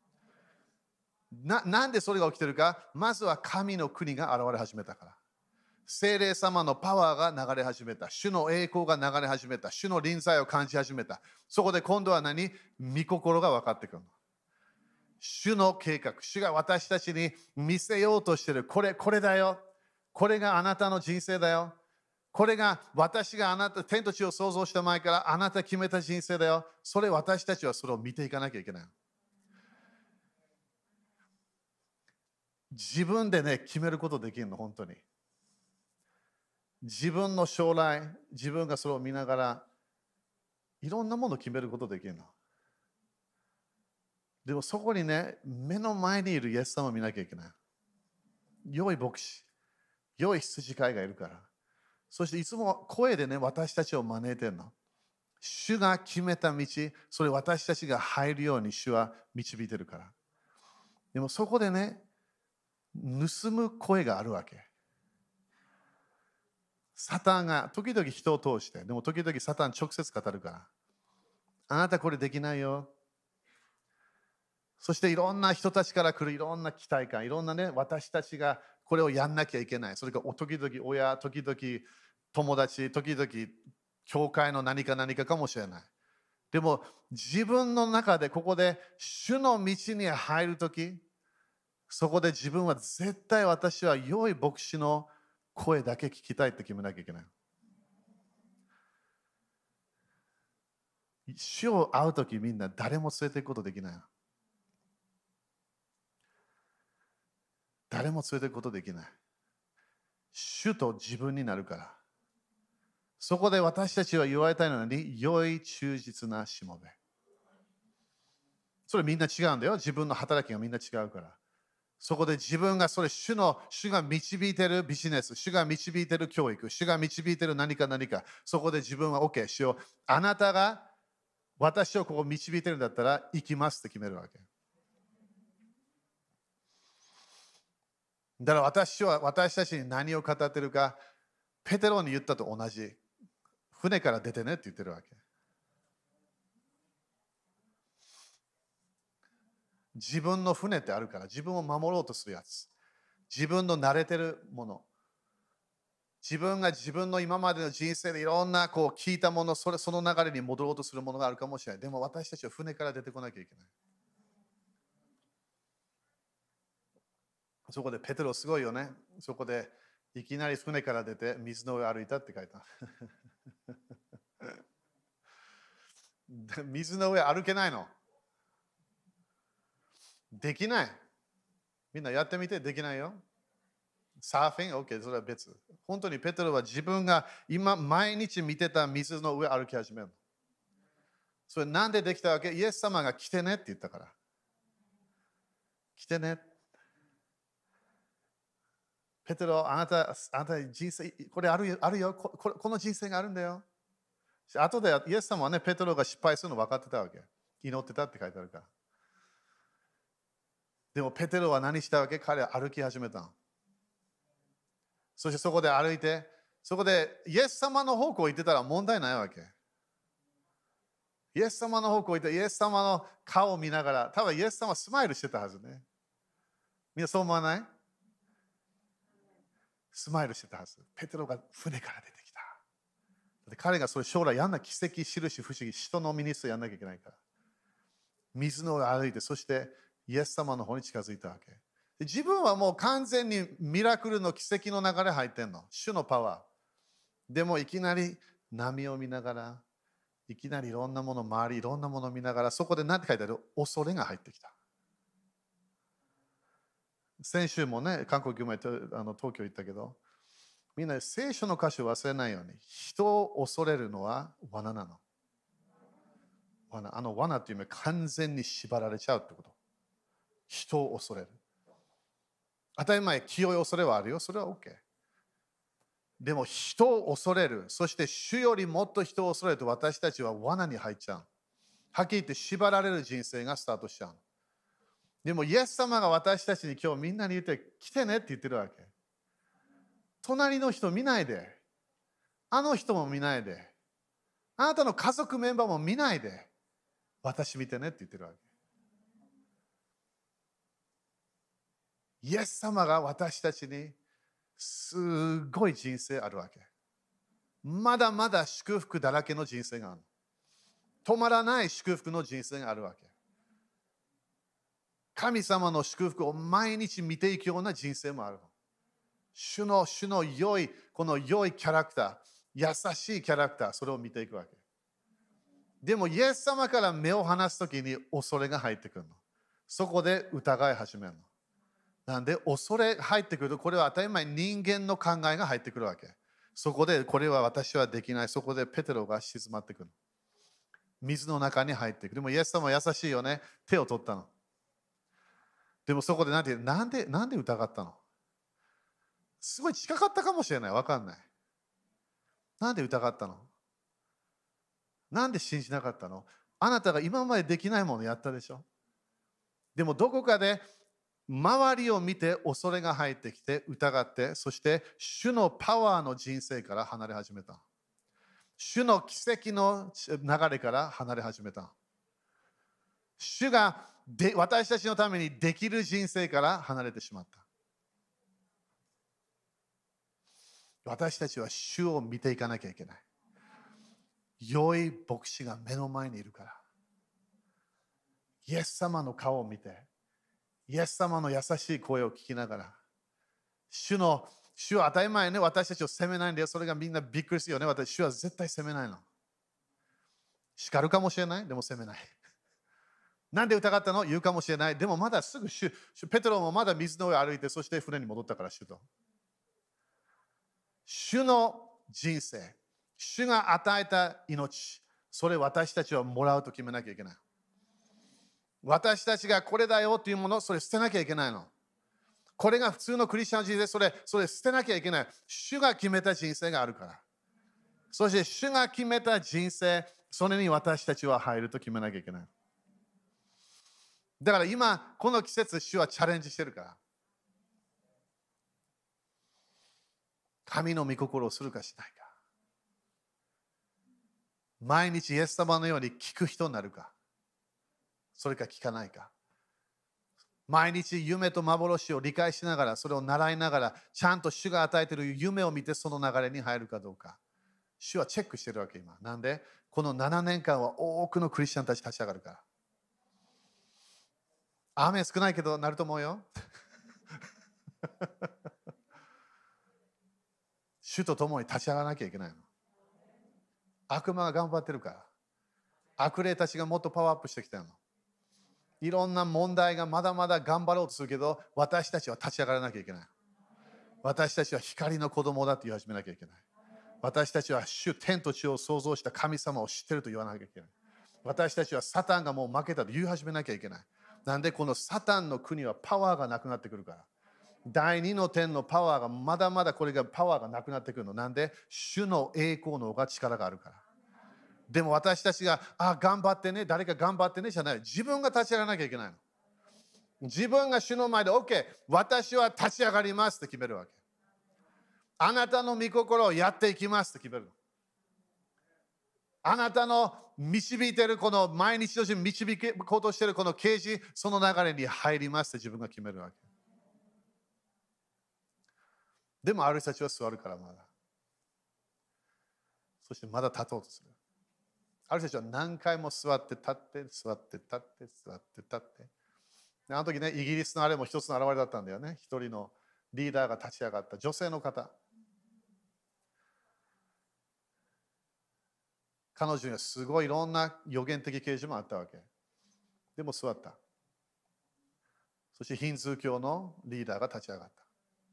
な, なんでそれが起きてるか？まずは神の国が現れ始めたから。聖霊様のパワーが流れ始めた。主の栄光が流れ始めた。主の臨在を感じ始めた。そこで今度は何？御心が分かってくるの。主の計画、主が私たちに見せようとしている。これ、これだよ。これがあなたの人生だよ。これが私があなた、天と地を創造した前からあなた決めた人生だよ。それ私たちはそれを見ていかなきゃいけない。自分でね、決めることできるの、本当に。自分の将来、自分がそれを見ながら、いろんなものを決めることできるの。でもそこにね、目の前にいるイエス様を見なきゃいけない。良い牧師、良い羊飼いがいるから。そしていつも声でね、私たちを招いてるの。主が決めた道、それ私たちが入るように主は導いてるから。でもそこでね、盗む声があるわけ。サタンが時々人を通して、でも時々サタン直接語るから。あなたこれできないよ。そしていろんな人たちから来るいろんな期待感、いろんなね、私たちがこれをやんなきゃいけない。それから時々親、時々友達、時々教会の何か何かかもしれない。でも自分の中でここで主の道に入るとき、そこで自分は絶対私は良い牧師の声だけ聞きたいって決めなきゃいけない。主を会うときみんな誰も連れていくことできない。誰も連れていくことできない。主と自分になるから。そこで私たちは言われたいのに、良い忠実なしもべ。それみんな違うんだよ。自分の働きがみんな違うから。そこで自分がそれ主の、主が導いているビジネス、主が導いている教育、主が導いている何か何か、そこで自分は OK しよう。あなたが私をここ導いているんだったら行きますって決めるわけ。だから私は私たちに何を語っているか、ペテロに言ったと同じ。船から出てねって言ってるわけ。自分の船ってあるから、自分を守ろうとするやつ。自分の慣れてるもの。自分が自分の今までの人生でいろんなこう聞いたもの、それその流れに戻ろうとするものがあるかもしれない。でも私たちは船から出てこなきゃいけない。そこでペテロすごいよね。そこでいきなり船から出て水の上歩いたって書いた。水の上歩けないの。できない。みんなやってみて、できないよ。サーフィン ?OK、それは別。本当にペテロは自分が今毎日見てた水の上歩き始めるの。それなんでできたわけ？イエス様が来てねって言ったから。来てね。ペテロ、あなた、あなた人生、これあるよ、あるよこ、この人生があるんだよ。後でイエス様はね、ペテロが失敗するの分かってたわけ。祈ってたって書いてあるから。でもペテロは何したわけ？彼は歩き始めたの。そしてそこで歩いて、そこでイエス様の方向行ってたら問題ないわけ。イエス様の方向行って、イエス様の顔を見ながら、多分イエス様はスマイルしてたはずね。みんなそう思わない？ スマイルしてたはず。ペテロが船から出てきた。で彼がそれ将来やんな奇跡、印、不思議、人のミニストやんなきゃいけないから。水の上を歩いて、そしてイエス様の方に近づいたわけ。で自分はもう完全にミラクルの奇跡の流れ入ってんの。主のパワー。でもいきなり波を見ながら、いきなりいろんなもの周り、いろんなものを見ながら、そこで何て書いてある？恐れが入ってきた。先週もね、韓国もあの東京行ったけど、みんな聖書の箇所を忘れないように、人を恐れるのは罠なの。罠。あの罠っていうのは完全に縛られちゃうってこと。人を恐れる。当たり前、清い恐れはあるよ。それは OK。でも人を恐れる。そして主よりもっと人を恐れると私たちは罠に入っちゃう。はっきり言って縛られる人生がスタートしちゃう。でもイエス様が私たちに今日みんなに言って来てねって言ってるわけ。隣の人見ないで。あの人も見ないで。あなたの家族メンバーも見ないで。私見てねって言ってるわけ。イエス様が私たちにすごい人生あるわけ。まだまだ祝福だらけの人生がある。止まらない祝福の人生があるわけ。神様の祝福を毎日見ていくような人生もある。主の、主の良い、この良いキャラクター、優しいキャラクター、それを見ていくわけ。でも、イエス様から目を離すときに恐れが入ってくるの。そこで疑い始めるの。なんで、恐れ入ってくると、これは当たり前、人間の考えが入ってくるわけ。そこで、これは私はできない。そこでペテロが静まってくる。水の中に入っていく。でも、イエス様は優しいよね。手を取ったの。でもそこでなんてなんで、なんで疑ったの？すごい近かったかもしれない。わかんない。なんで疑ったの？なんで信じなかったの？あなたが今までできないものやったでしょ？でもどこかで周りを見て恐れが入ってきて疑って、そして主のパワーの人生から離れ始めた。主の奇跡の流れから離れ始めた。主がで私たちのためにできる人生から離れてしまった。私たちは主を見ていかなきゃいけない。良い牧師が目の前にいるから。イエス様の顔を見て、イエス様の優しい声を聞きながら、主の、主は当たり前ね、私たちを責めないんだよ。それがみんなびっくりするよね。私、主は絶対責めないの。叱るかもしれない。でも責めない。なんで疑ったの？言うかもしれない。でもまだすぐ主、ペテロもまだ水の上を歩いて、そして船に戻ったから、主と。主の人生、主が与えた命、それ私たちはもらうと決めなきゃいけない。私たちがこれだよというもの、それ捨てなきゃいけないの。これが普通のクリスチャン人生、それ、それ捨てなきゃいけない。主が決めた人生があるから。そして主が決めた人生、それに私たちは入ると決めなきゃいけない。だから今、この季節、主はチャレンジしてるから。神の御心をするかしないか。毎日イエス様のように聞く人になるか。それか聞かないか。毎日夢と幻を理解しながら、それを習いながら、ちゃんと主が与えている夢を見てその流れに入るかどうか。主はチェックしてるわけ今。なんで、このななねんかんは多くのクリスチャンたち立ち上がるから。雨少ないけどなると思うよ。主と共に立ち上がらなきゃいけないの。悪魔が頑張ってるから。悪霊たちがもっとパワーアップしてきたの。いろんな問題がまだまだ頑張ろうとするけど、私たちは立ち上がらなきゃいけない。私たちは光の子供だと言い始めなきゃいけない。私たちは主天と地を創造した神様を知ってると言わなきゃいけない。私たちはサタンがもう負けたと言い始めなきゃいけない。なんでこのサタンの国はパワーがなくなってくるから。第二の点のパワーがまだまだこれがパワーがなくなってくるの。なんで主の栄光の方が力があるから。でも私たちが、あ、頑張ってね、誰か頑張ってねじゃない。自分が立ち上がらなきゃいけないの。自分が主の前で、OK、私は立ち上がりますって決めるわけ。あなたの御心をやっていきますって決めるの。あなたの導いているこの毎日のうちに導こうとしているこの啓示、その流れに入りますって自分が決めるわけ。 でもある人たちは座るからまだ。そしてまだ立とうとする。ある人たちは何回も座って立って座って立って座って立って。あの時ね、イギリスのあれも一つの表れだったんだよね。一人のリーダーが立ち上がった女性の方。彼女にはすごいいろんな予言的啓示もあったわけ。でも座った。そしてヒンズー教のリーダーが立ち上がった。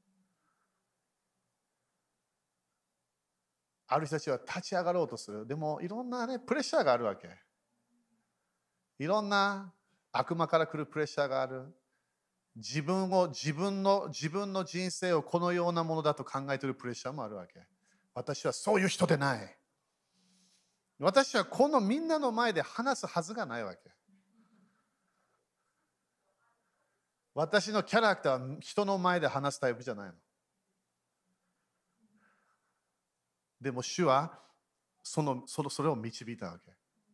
ある人たちは立ち上がろうとする。でもいろんなね、プレッシャーがあるわけ。いろんな悪魔から来るプレッシャーがある。自分を自分の自分の人生をこのようなものだと考えているプレッシャーもあるわけ。私はそういう人でない。私はこのみんなの前で話すはずがないわけ。私のキャラクターは人の前で話すタイプじゃないの。でも主はそのそのそれを導いたわけ。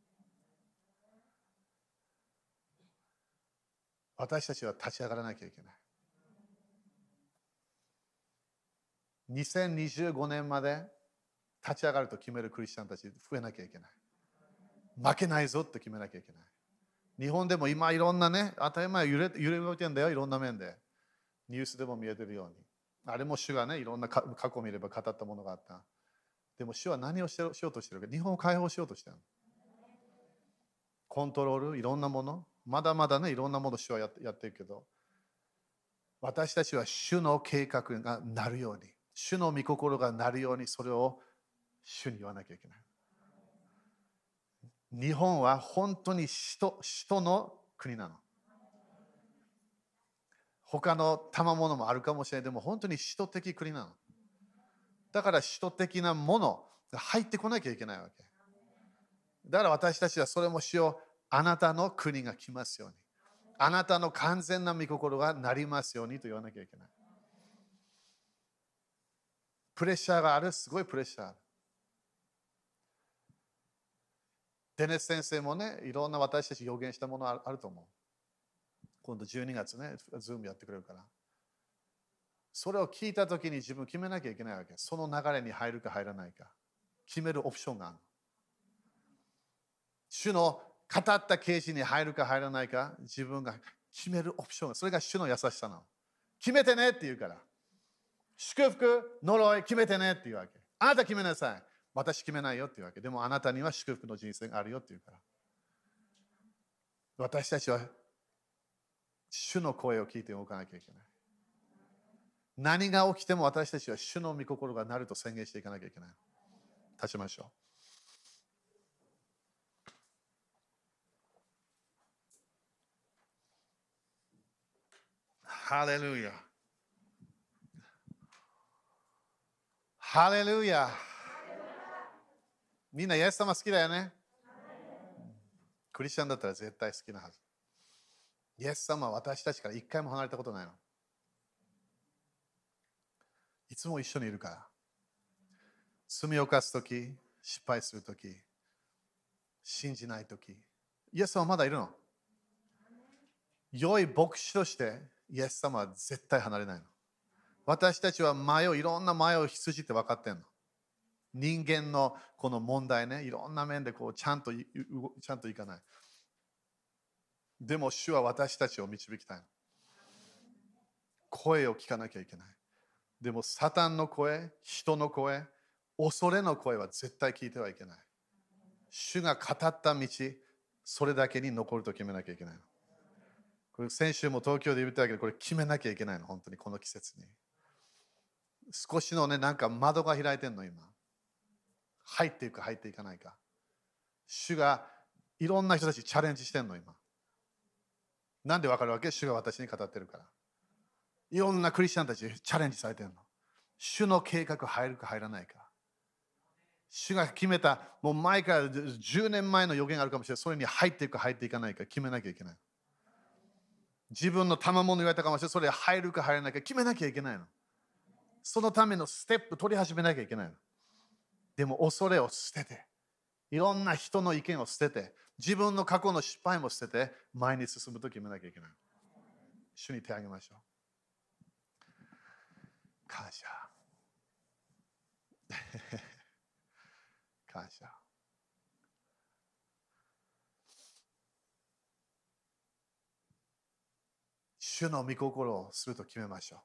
私たちは立ち上がらなきゃいけない。にせんにじゅうごねんまで立ち上がると決めるクリスチャンたち増えなきゃいけない。負けないぞって決めなきゃいけない。日本でも今いろんなね、当たり前揺れ揺れ動いてんだよ、いろんな面で。ニュースでも見えてるように。あれも主がね、いろんな過去を見れば語ったものがあった。でも主は何をしようとしてるか、日本を解放しようとしてる。コントロール、いろんなもの、まだまだね、いろんなものを主はやってやってるけど、私たちは主の計画がなるように、主の御心がなるように、それを主に言わなきゃいけない。日本は本当に使徒、使徒の国なの。他の賜物もあるかもしれない。でも本当に使徒的国なの。だから使徒的なものが入ってこなきゃいけないわけ。だから私たちはそれもしよう。あなたの国が来ますように。あなたの完全な御心がなりますようにと言わなきゃいけない。プレッシャーがある。すごいプレッシャーある。デネス先生もね、いろんな私たち予言したものあると思う。今度じゅうにがつね、ズームやってくれるから。それを聞いたときに自分決めなきゃいけないわけ。その流れに入るか入らないか。決めるオプションがある。主の語った啓示に入るか入らないか、自分が決めるオプションが、それが主の優しさなの。決めてねって言うから。祝福、呪い、決めてねって言うわけ。あなた決めなさい。私決めないよって言うわけ。でもあなたには祝福の人生があるよって言うから。私たちは主の声を聞いておかなきゃいけない。何が起きても私たちは主の御心がなると宣言していかなきゃいけない。立ちましょう。ハレルヤ。ハレルヤ。みんなイエス様好きだよね。クリスチャンだったら絶対好きなはず。イエス様は私たちから一回も離れたことないの。いつも一緒にいるから。罪を犯すとき、失敗するとき、信じないとき、イエス様はまだいるの。良い牧師としてイエス様は絶対離れないの。私たちは迷う、いろんな迷う羊って分かってんの。人間のこの問題ね、いろんな面でこうちゃんとちゃんといかない。でも主は私たちを導きたい。声を聞かなきゃいけない。でもサタンの声、人の声、恐れの声は絶対聞いてはいけない。主が語った道、それだけに残ると決めなきゃいけないの。これ先週も東京で言ったけど、これ決めなきゃいけないの、本当にこの季節に。少しのね、なんか窓が開いてんの、今。入っていくか入っていかないか。主がいろんな人たちチャレンジしてんの、今。なんでわかるわけ？主が私に語ってるから。いろんなクリスチャンたちチャレンジされてるの。主の計画入るか入らないか。主が決めた、もう前からじゅうねんまえの予言があるかもしれない。それに入っていくか入っていかないか決めなきゃいけない。自分の賜物言われたかもしれない。それに入るか入らないか決めなきゃいけないの。そのためのステップ取り始めなきゃいけないの。でも恐れを捨てて、いろんな人の意見を捨てて、自分の過去の失敗も捨てて、前に進むと決めなきゃいけない。主に手を挙げましょう。感謝。 感謝。主の御心をすると決めましょう。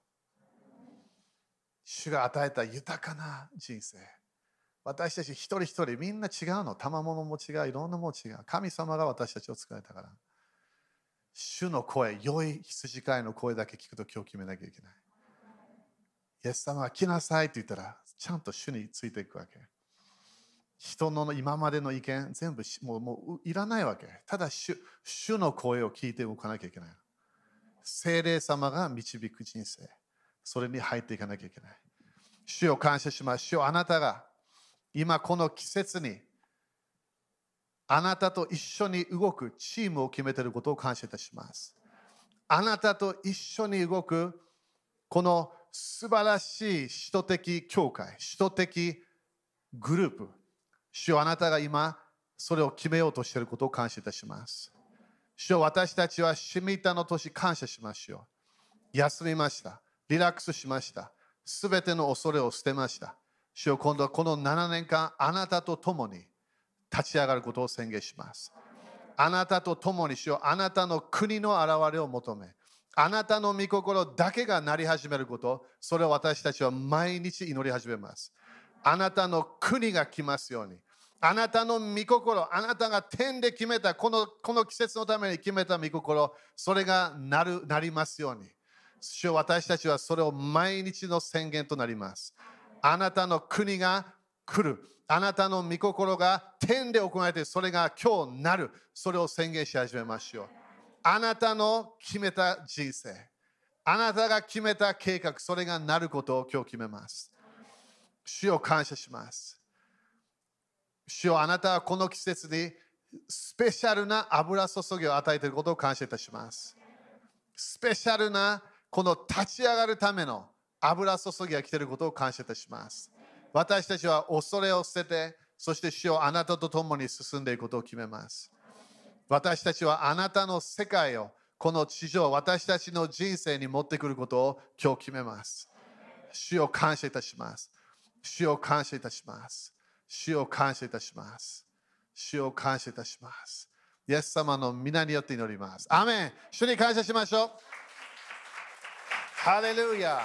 主が与えた豊かな人生。私たち一人一人みんな違うの。賜物も違う。いろんなもの違う。神様が私たちを作られたから。主の声、良い羊飼いの声だけ聞くと今日決めなきゃいけない。イエス様が来なさいって言ったら、ちゃんと主についていくわけ。人の今までの意見、全部もう、もういらないわけ。ただ主、主の声を聞いて動かなきゃいけない。聖霊様が導く人生。それに入っていかなきゃいけない。主を感謝します。主よ、あなたが今この季節にあなたと一緒に動くチームを決めていることを感謝いたします。あなたと一緒に動くこの素晴らしい使徒的教会、使徒的グループ。主よ、あなたが今それを決めようとしていることを感謝いたします。主よ、私たちはシミタの年感謝しましょう。休みました。リラックスしました。すべての恐れを捨てました。主よ、今度はこのななねんかん、あなたと共に立ち上がることを宣言します。あなたと共に、主よ、あなたの国の現れを求め、あなたの御心だけがなり始めること、それを私たちは毎日祈り始めます。あなたの国が来ますように。あなたの御心、あなたが天で決めた、この、この季節のために決めた御心、それがなる、なりますように。主よ、私たちはそれを毎日の宣言となります。あなたの国が来る。あなたの御心が天で行われている。それが今日なる。それを宣言し始めましょう。あなたの決めた人生。あなたが決めた計画。それがなることを今日決めます。主を感謝します。主よ、あなたはこの季節にスペシャルな油注ぎを与えていることを感謝いたします。スペシャルなこの立ち上がるための油注ぎが来ていることを感謝いたします。私たちは恐れを捨てて、そして主よ、あなたと共に進んでいくことを決めます。私たちはあなたの世界をこの地上、私たちの人生に持ってくることを今日決めます。主を感謝いたします。主を感謝いたします。主を感謝いたします。主を感謝いたします。イエス様の皆によって祈ります。アーメン。主に感謝しましょう。ハレルヤ。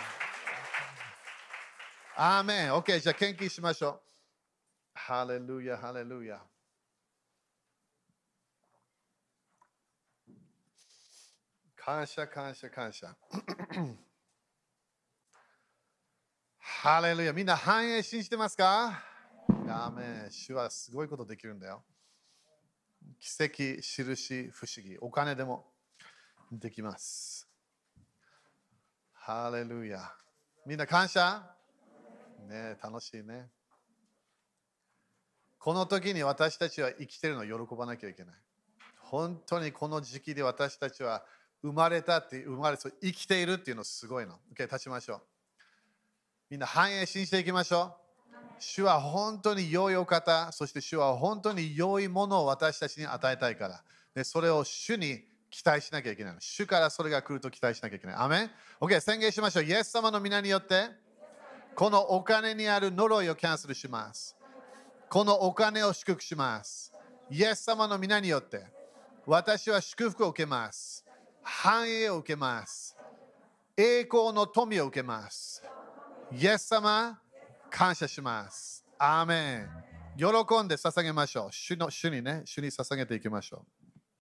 アーメン。OK、じゃあ献金しましょう。ハレルヤ、ハレルヤ。感謝、感謝、感謝。ハレルヤ。みんな繁栄信じてますか？アーメン。主はすごいことできるんだよ。奇跡、印、不思議。お金でもできます。ハレルヤ。みんな感謝？ね、楽しいね。この時に私たちは生きているのを喜ばなきゃいけない。本当にこの時期で私たちは生まれたって、生まれ、生きているっていうのすごいの。OK、立ちましょう。みんな繁栄信じていきましょう。主は本当に良いお方、そして主は本当に良いものを私たちに与えたいから。でそれを主に期待しなきゃいけない。主からそれが来ると期待しなきゃいけない。アメン。OK、宣言しましょう。イエス様の皆によって、このお金にある呪いをキャンセルします。このお金を祝福します。イエス様の皆によって、私は祝福を受けます。繁栄を受けます。栄光の富を受けます。イエス様、感謝します。アーメン。喜んで捧げましょう。主の主にね、主に捧げていきましょう。